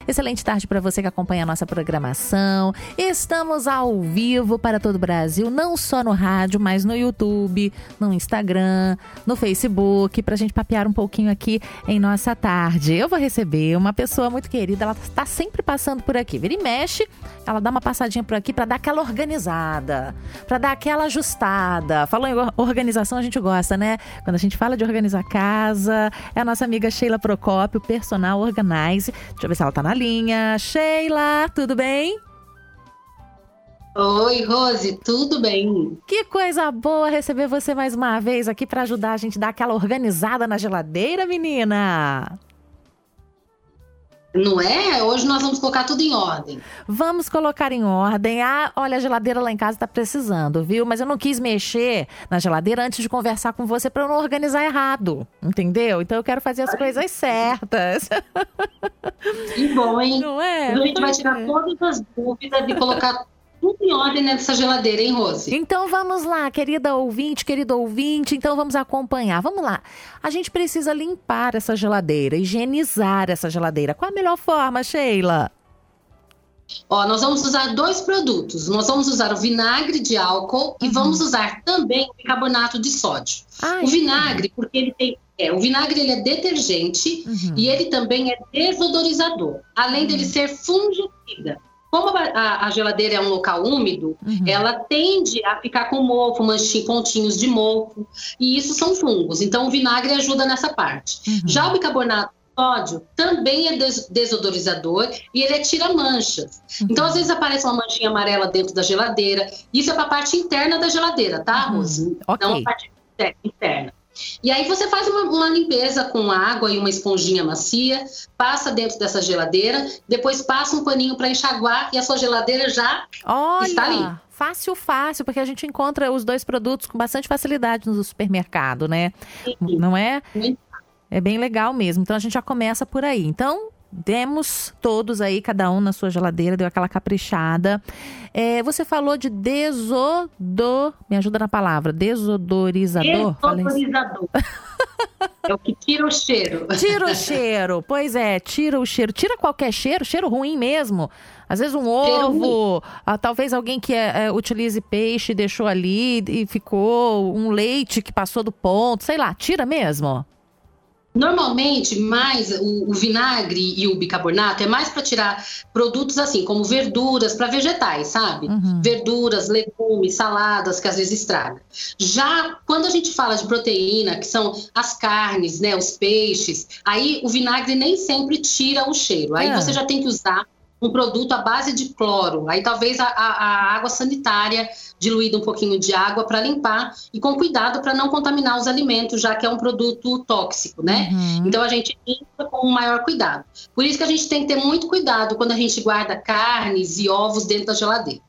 Excelente tarde para você que acompanha a nossa programação. Estamos ao vivo para todo o Brasil, não só no rádio, mas no YouTube, no Instagram, no Facebook, para a gente papear um pouquinho aqui em nossa tarde. Eu vou receber uma pessoa muito querida, ela está sempre passando por aqui. Vira e mexe, ela dá uma passadinha por aqui para dar aquela organizada, para dar aquela ajustada. Falou em organização, a gente gosta, né? Quando a gente fala de organizar casa, é a nossa amiga Sheila Procópio, personal organize. Deixa eu ver se ela tá na linha. Sheila, tudo bem? Oi, Rose, tudo bem? Que coisa boa receber você mais uma vez aqui para ajudar a gente a dar aquela organizada na geladeira, menina. Não é? Hoje nós vamos colocar tudo em ordem. Vamos colocar em ordem. Ah, olha, a geladeira lá em casa tá precisando, viu? Mas eu não quis mexer na geladeira antes de conversar com você para eu não organizar errado, entendeu? Então eu quero fazer as coisas certas. Que bom, hein? Não é? A gente vai tirar todas as dúvidas e colocar tudo em ordem nessa geladeira, hein, Rose? Então vamos lá, querido ouvinte, então vamos acompanhar. Vamos lá. A gente precisa limpar essa geladeira, higienizar essa geladeira. Qual a melhor forma, Sheila? Ó, nós vamos usar 2 produtos. Nós vamos usar o vinagre de álcool e vamos usar também o bicarbonato de sódio. O vinagre, porque ele tem... o vinagre ele é detergente e ele também é desodorizador, além dele ser fungicida. Como a geladeira é um local úmido, ela tende a ficar com mofo, pontinhos de mofo, e isso são fungos. Então, o vinagre ajuda nessa parte. Já o bicarbonato de sódio também é desodorizador e ele tira manchas. Então, às vezes aparece uma manchinha amarela dentro da geladeira. Isso é para a parte interna da geladeira, tá, Rose? Não a parte interna. E aí você faz uma limpeza com água e uma esponjinha macia, passa dentro dessa geladeira, depois passa um paninho para enxaguar e a sua geladeira já está limpa. Fácil, porque a gente encontra os 2 produtos com bastante facilidade no supermercado, né? Sim. Não é? É bem legal mesmo. Então a gente já começa por aí. Então, demos todos aí, cada um na sua geladeira, deu aquela caprichada. Você falou de me ajuda na palavra, desodorizador? Desodorizador. É o que tira o cheiro. Tira o cheiro, pois é, tira o cheiro. Tira qualquer cheiro ruim mesmo. Às vezes um ovo, talvez alguém que utilize peixe deixou ali e ficou um leite que passou do ponto, sei lá, tira mesmo. Normalmente, mais o vinagre e o bicarbonato é mais para tirar produtos assim, como verduras, para vegetais, sabe? Verduras, legumes, saladas, que às vezes estraga. Já quando a gente fala de proteína, que são as carnes, né, os peixes, aí o vinagre nem sempre tira o cheiro. Aí você já tem que usar um produto à base de cloro. Aí talvez a água sanitária, diluída um pouquinho de água para limpar e com cuidado para não contaminar os alimentos, já que é um produto tóxico, né? Então a gente limpa com o maior cuidado. Por isso que a gente tem que ter muito cuidado quando a gente guarda carnes e ovos dentro da geladeira.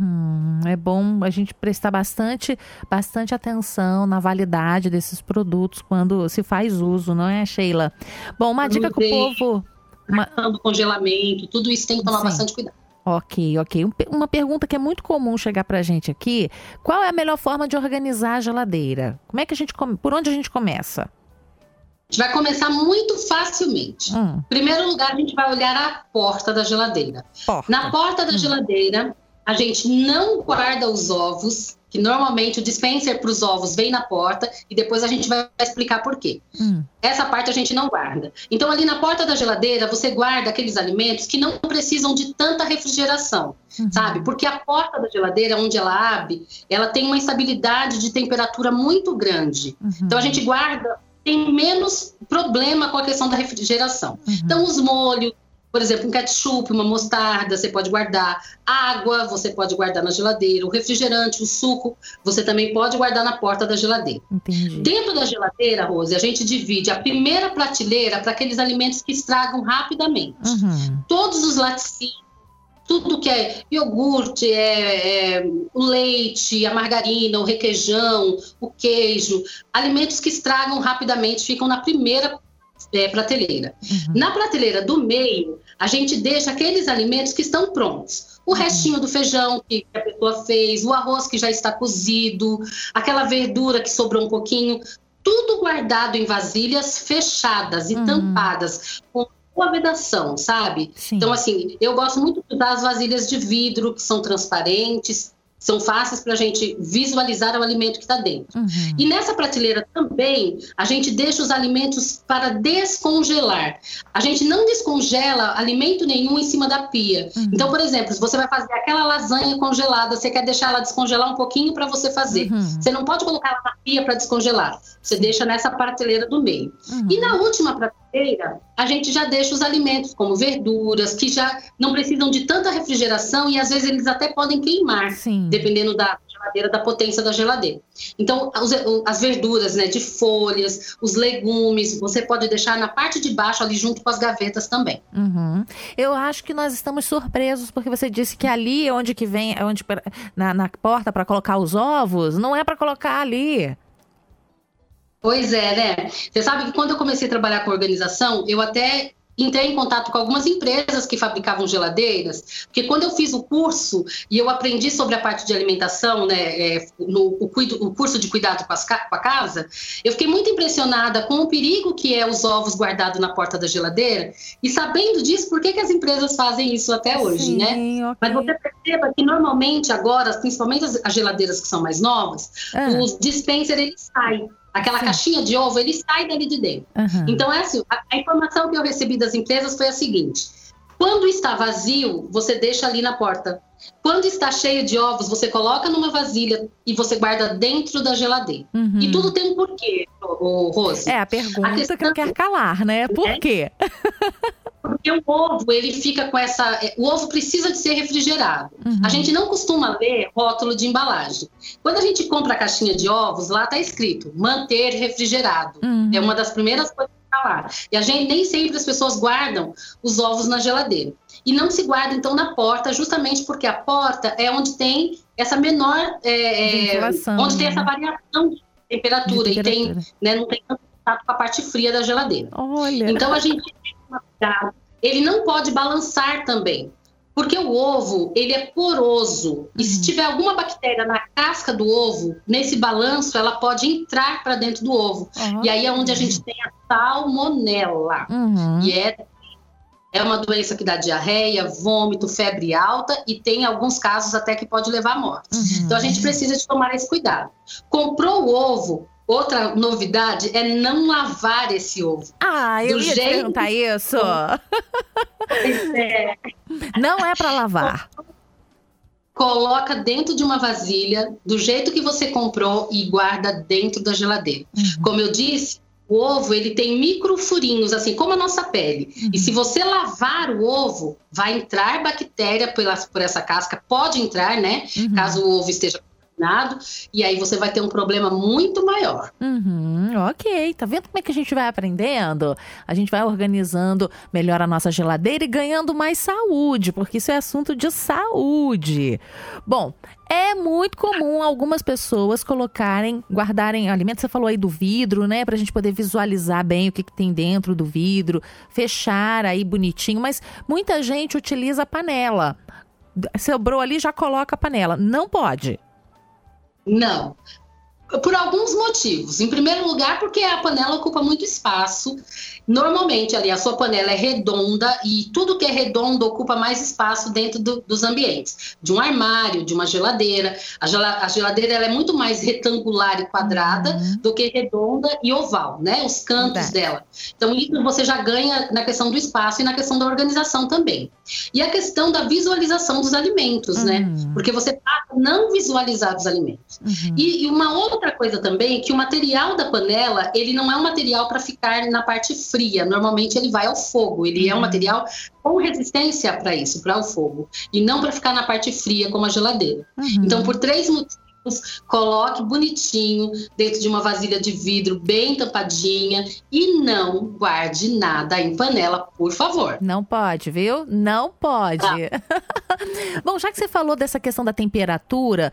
É bom a gente prestar bastante atenção na validade desses produtos quando se faz uso, não é, Sheila? Bom, uma dica que o povo... Do congelamento, tudo isso tem que tomar bastante cuidado. Ok. Uma pergunta que é muito comum chegar pra gente aqui: qual é a melhor forma de organizar a geladeira? Por onde a gente começa? A gente vai começar muito facilmente. Em primeiro lugar, a gente vai olhar a porta da geladeira. Na porta da geladeira, a gente não guarda os ovos, que normalmente o dispenser para os ovos vem na porta e depois a gente vai explicar por quê. Essa parte a gente não guarda. Então, ali na porta da geladeira, você guarda aqueles alimentos que não precisam de tanta refrigeração, sabe? Porque a porta da geladeira, onde ela abre, ela tem uma estabilidade de temperatura muito grande. Então, a gente guarda, tem menos problema com a questão da refrigeração. Então, os molhos, por exemplo, um ketchup, uma mostarda, você pode guardar. Água, você pode guardar na geladeira. O refrigerante, o suco, você também pode guardar na porta da geladeira. Entendi. Dentro da geladeira, Rose, a gente divide a primeira prateleira para aqueles alimentos que estragam rapidamente. Todos os laticínios, tudo que é iogurte, o leite, a margarina, o requeijão, o queijo, alimentos que estragam rapidamente ficam na primeira prateleira. Na prateleira do meio, a gente deixa aqueles alimentos que estão prontos. O restinho do feijão que a pessoa fez, o arroz que já está cozido, aquela verdura que sobrou um pouquinho, tudo guardado em vasilhas fechadas e tampadas com boa vedação, sabe? Sim. Então, assim, eu gosto muito de usar as vasilhas de vidro, que são transparentes, são fáceis para a gente visualizar o alimento que está dentro. E nessa prateleira também, a gente deixa os alimentos para descongelar. A gente não descongela alimento nenhum em cima da pia. Então, por exemplo, se você vai fazer aquela lasanha congelada, você quer deixar ela descongelar um pouquinho para você fazer. Você não pode colocar ela na pia para descongelar. Você deixa nessa prateleira do meio. E na última prateleira, a gente já deixa os alimentos, como verduras, que já não precisam de tanta refrigeração e às vezes eles até podem queimar. Sim. Dependendo da geladeira, da potência da geladeira. Então, as verduras, né, de folhas, os legumes, você pode deixar na parte de baixo, ali junto com as gavetas também. Eu acho que nós estamos surpresos, porque você disse que ali onde que vem, na porta para colocar os ovos, não é para colocar ali. Pois é, né? Você sabe que quando eu comecei a trabalhar com organização, eu até entrei em contato com algumas empresas que fabricavam geladeiras, porque quando eu fiz o curso e eu aprendi sobre a parte de alimentação, né, o curso de cuidado com a casa, eu fiquei muito impressionada com o perigo que é os ovos guardados na porta da geladeira, e sabendo disso, por que as empresas fazem isso até hoje, Sim, né? okay. Mas você perceba que normalmente agora, principalmente as geladeiras que são mais novas, os dispenser eles saem. Aquela caixinha de ovo, ele sai dali de dentro. Então, a informação que eu recebi das empresas foi a seguinte: quando está vazio, você deixa ali na porta. Quando está cheio de ovos, você coloca numa vasilha e você guarda dentro da geladeira. E tudo tem um porquê, Rose. É a pergunta que não quer calar, né? Por quê? Porque o ovo, ele fica com essa... O ovo precisa de ser refrigerado. A gente não costuma ler rótulo de embalagem. Quando a gente compra a caixinha de ovos, lá está escrito manter refrigerado. É uma das primeiras coisas que está lá. E nem sempre as pessoas guardam os ovos na geladeira. E não se guarda, então, na porta, justamente porque a porta é onde tem essa menor... onde tem essa variação de temperatura. E tem, né, não tem tanto contato com a parte fria da geladeira. Olha. Então, a gente... Ele não pode balançar também, porque o ovo, ele é poroso. E se tiver alguma bactéria na casca do ovo, nesse balanço, ela pode entrar para dentro do ovo. E aí é onde a gente tem a salmonela. E é uma doença que dá diarreia, vômito, febre alta e tem alguns casos até que pode levar à morte. Então a gente precisa de tomar esse cuidado. Comprou o ovo, outra novidade é não lavar esse ovo. Eu ia te perguntar isso. Não é para lavar. Coloca dentro de uma vasilha, do jeito que você comprou e guarda dentro da geladeira. Como eu disse, o ovo, ele tem micro furinhos, assim como a nossa pele. E se você lavar o ovo, vai entrar bactéria por essa casca. Pode entrar, né? Caso o ovo esteja contaminado. E aí você vai ter um problema muito maior. Ok, tá vendo como é que a gente vai aprendendo? A gente vai organizando melhor a nossa geladeira e ganhando mais saúde, porque isso é assunto de saúde. Bom, é muito comum algumas pessoas guardarem alimentos. Você falou aí do vidro, né? Pra gente poder visualizar bem o que tem dentro do vidro, fechar aí bonitinho, mas muita gente utiliza a panela. Sobrou ali, já coloca a panela. Não pode. Não. Por alguns motivos. Em primeiro lugar, porque a panela ocupa muito espaço. Normalmente, ali, a sua panela é redonda e tudo que é redondo ocupa mais espaço dentro dos ambientes. De um armário, de uma geladeira. A geladeira ela é muito mais retangular e quadrada do que redonda e oval, né? Os cantos dela. Então, isso você já ganha na questão do espaço e na questão da organização também. E a questão da visualização dos alimentos, né? Porque você passa a não visualizar os alimentos. E uma outra coisa também, que o material da panela, ele não é um material para ficar na parte fria. Normalmente ele vai ao fogo. Ele é um material com resistência para isso, para o fogo. E não para ficar na parte fria, como a geladeira. Então, por 3 motivos, coloque bonitinho dentro de uma vasilha de vidro bem tampadinha e não guarde nada em panela, por favor. Não pode, viu? Não pode. Bom, já que você falou dessa questão da temperatura,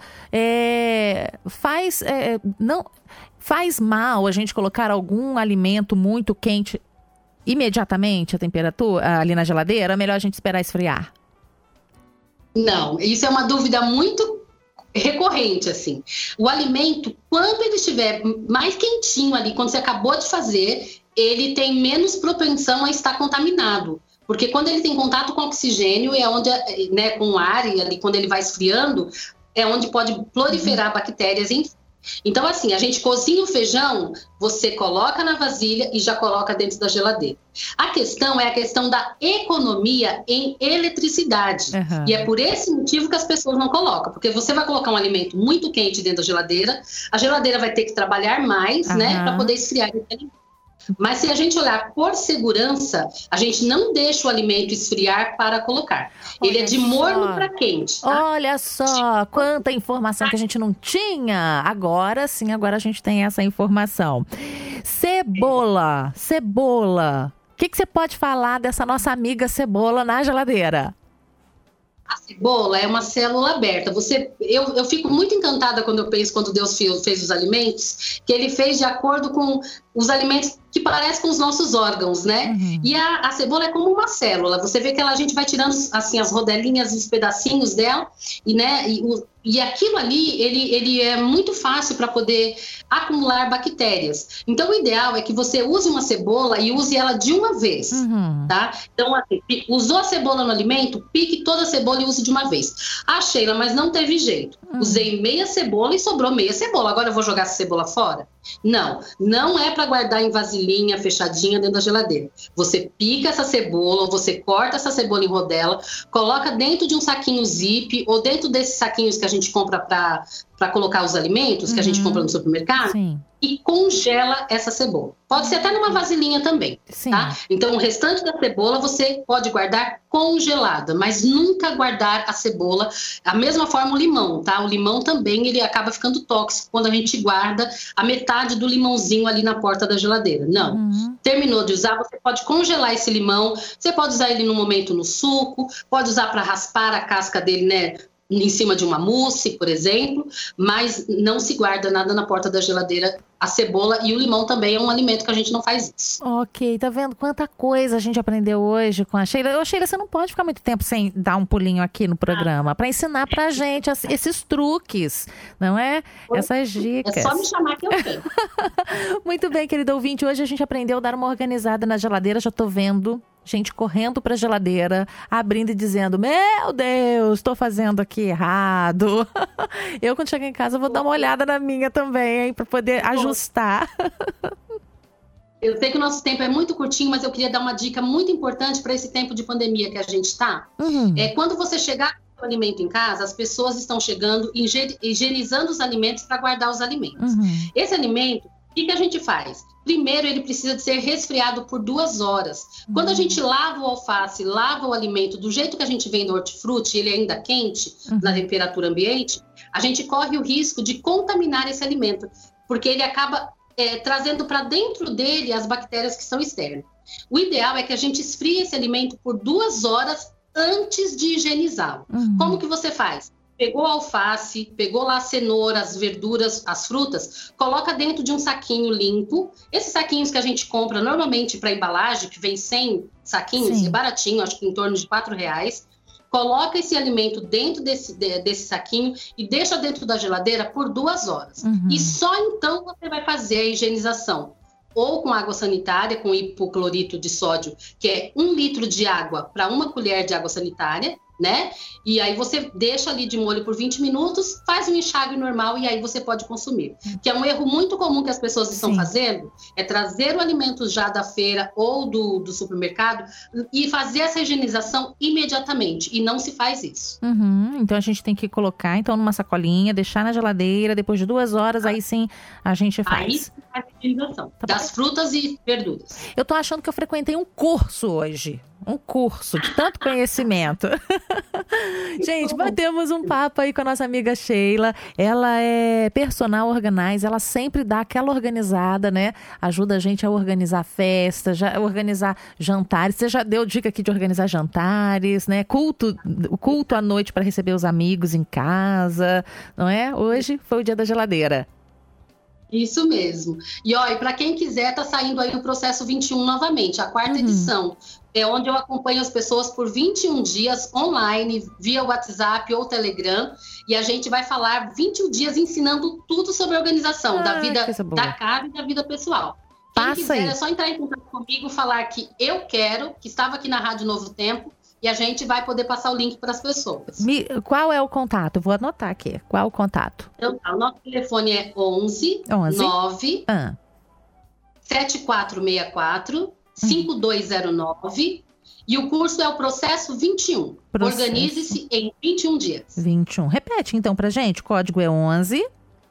não faz mal a gente colocar algum alimento muito quente imediatamente a temperatura ali na geladeira? É melhor a gente esperar esfriar? Não, isso é uma dúvida muito recorrente, assim. O alimento, quando ele estiver mais quentinho ali, quando você acabou de fazer, ele tem menos propensão a estar contaminado. Porque quando ele tem contato com oxigênio, é onde, né, com o ar, e ali quando ele vai esfriando, é onde pode proliferar bactérias. Então, assim, a gente cozinha o feijão, você coloca na vasilha e já coloca dentro da geladeira. A questão é a questão da economia em eletricidade. E é por esse motivo que as pessoas não colocam. Porque você vai colocar um alimento muito quente dentro da geladeira, a geladeira vai ter que trabalhar mais, né, para poder esfriar esse alimento. Mas se a gente olhar por segurança, a gente não deixa o alimento esfriar para colocar. Ele é de morno para quente. Tá? Olha só, quanta informação que a gente não tinha. Agora sim, agora a gente tem essa informação. Cebola. O que você pode falar dessa nossa amiga cebola na geladeira? A cebola é uma célula aberta. Eu fico muito encantada quando eu penso, quando Deus fez os alimentos, que ele fez de acordo com os alimentos que parecem com os nossos órgãos, né? E a cebola é como uma célula. Você vê que a gente vai tirando assim as rodelinhas, os pedacinhos dela, e, né, e aquilo ali, ele é muito fácil para poder acumular bactérias. Então, o ideal é que você use uma cebola e use ela de uma vez, tá? Então, assim, usou a cebola no alimento, pique toda a cebola e use de uma vez. Ah, Sheila, mas não teve jeito. Usei meia cebola e sobrou meia cebola. Agora eu vou jogar essa cebola fora? Não é para guardar em vasilhinha fechadinha dentro da geladeira. Você pica essa cebola, você corta essa cebola em rodela, coloca dentro de um saquinho zip ou dentro desses saquinhos que a gente compra para colocar os alimentos, que a gente compra no supermercado. Sim. E congela essa cebola. Pode ser até numa vasilhinha também, tá? Então, o restante da cebola você pode guardar congelada, mas nunca guardar a cebola. A mesma forma o limão, tá? O limão também, ele acaba ficando tóxico quando a gente guarda a metade do limãozinho ali na porta da geladeira. Não. Terminou de usar, você pode congelar esse limão, você pode usar ele no momento no suco, pode usar para raspar a casca dele, né? Em cima de uma mousse, por exemplo, mas não se guarda nada na porta da geladeira. A cebola e o limão também é um alimento que a gente não faz isso. Ok, tá vendo quanta coisa a gente aprendeu hoje com a Sheila. Ô, Sheila, você não pode ficar muito tempo sem dar um pulinho aqui no programa para ensinar pra gente esses truques, não é? Essas dicas. É só me chamar que eu tenho. Muito bem, querido ouvinte, hoje a gente aprendeu a dar uma organizada na geladeira, já tô vendo gente correndo para a geladeira, abrindo e dizendo: meu Deus, estou fazendo aqui errado. Eu, quando chegar em casa, vou dar uma olhada na minha também, hein, para poder ajustar. Eu sei que o nosso tempo é muito curtinho, mas eu queria dar uma dica muito importante para esse tempo de pandemia que a gente está. Quando você chegar com o alimento em casa, as pessoas estão chegando, higienizando os alimentos para guardar os alimentos. Esse alimento, o que a gente faz? Primeiro, ele precisa de ser resfriado por 2 horas. Quando a gente lava o alface, lava o alimento do jeito que a gente vende no hortifruti, ele ainda quente, na temperatura ambiente, a gente corre o risco de contaminar esse alimento, porque ele acaba trazendo para dentro dele as bactérias que são externas. O ideal é que a gente esfrie esse alimento por 2 horas antes de higienizá-lo. Como que você faz? Pegou a alface, pegou lá a cenoura, as verduras, as frutas, coloca dentro de um saquinho limpo. Esses saquinhos que a gente compra normalmente para embalagem, que vem 100 saquinhos, é baratinho, acho que em torno de R$4. Coloca esse alimento dentro desse saquinho e deixa dentro da geladeira por 2 horas. E só então você vai fazer a higienização. Ou com água sanitária, com hipoclorito de sódio, que é 1 litro de água para 1 colher de água sanitária, né? E aí você deixa ali de molho por 20 minutos, faz um enxágue normal e aí você pode consumir. Que é um erro muito comum que as pessoas estão fazendo, é trazer o alimento já da feira ou do supermercado e fazer essa higienização imediatamente. E não se faz isso. Então a gente tem que colocar numa sacolinha, deixar na geladeira, depois de 2 horas, aí sim a gente faz. Aí faz a higienização das frutas e verduras. Eu tô achando que eu frequentei um curso hoje. Um curso de tanto conhecimento. Gente, batemos um papo aí com a nossa amiga Sheila. Ela é personal organizer, ela sempre dá aquela organizada, né? Ajuda a gente a organizar festas, organizar jantares. Você já deu dica aqui de organizar jantares, né? O culto à noite para receber os amigos em casa, não é? Hoje foi o dia da geladeira. Isso mesmo. E para quem quiser, tá saindo aí o Processo 21 novamente, a 4ª edição. É onde eu acompanho as pessoas por 21 dias online, via WhatsApp ou Telegram. E a gente vai falar 21 dias ensinando tudo sobre a organização da vida da casa e da vida pessoal. Quem quiser é só entrar em contato comigo, falar que eu quero, que estava aqui na Rádio Novo Tempo, e a gente vai poder passar o link para as pessoas. Qual é o contato? Vou anotar aqui. Qual é o contato? Então, o nosso telefone é 11 9 7464 5209 e o curso é o Processo 21. Organize-se em 21 dias. 21. Repete então pra gente. O código é 11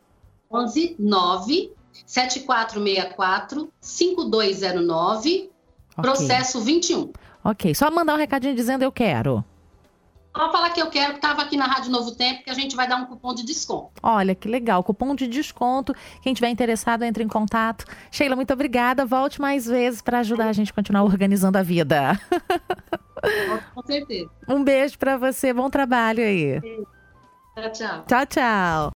9 7464 5209, Processo 21. Ok, só mandar um recadinho dizendo eu quero. Só falar que eu quero, que estava aqui na Rádio Novo Tempo, que a gente vai dar um cupom de desconto. Olha, que legal, cupom de desconto. Quem tiver interessado, entre em contato. Sheila, muito obrigada. Volte mais vezes para ajudar a gente a continuar organizando a vida. Com certeza. Um beijo para você, bom trabalho aí. Tchau, tchau. Tchau, tchau.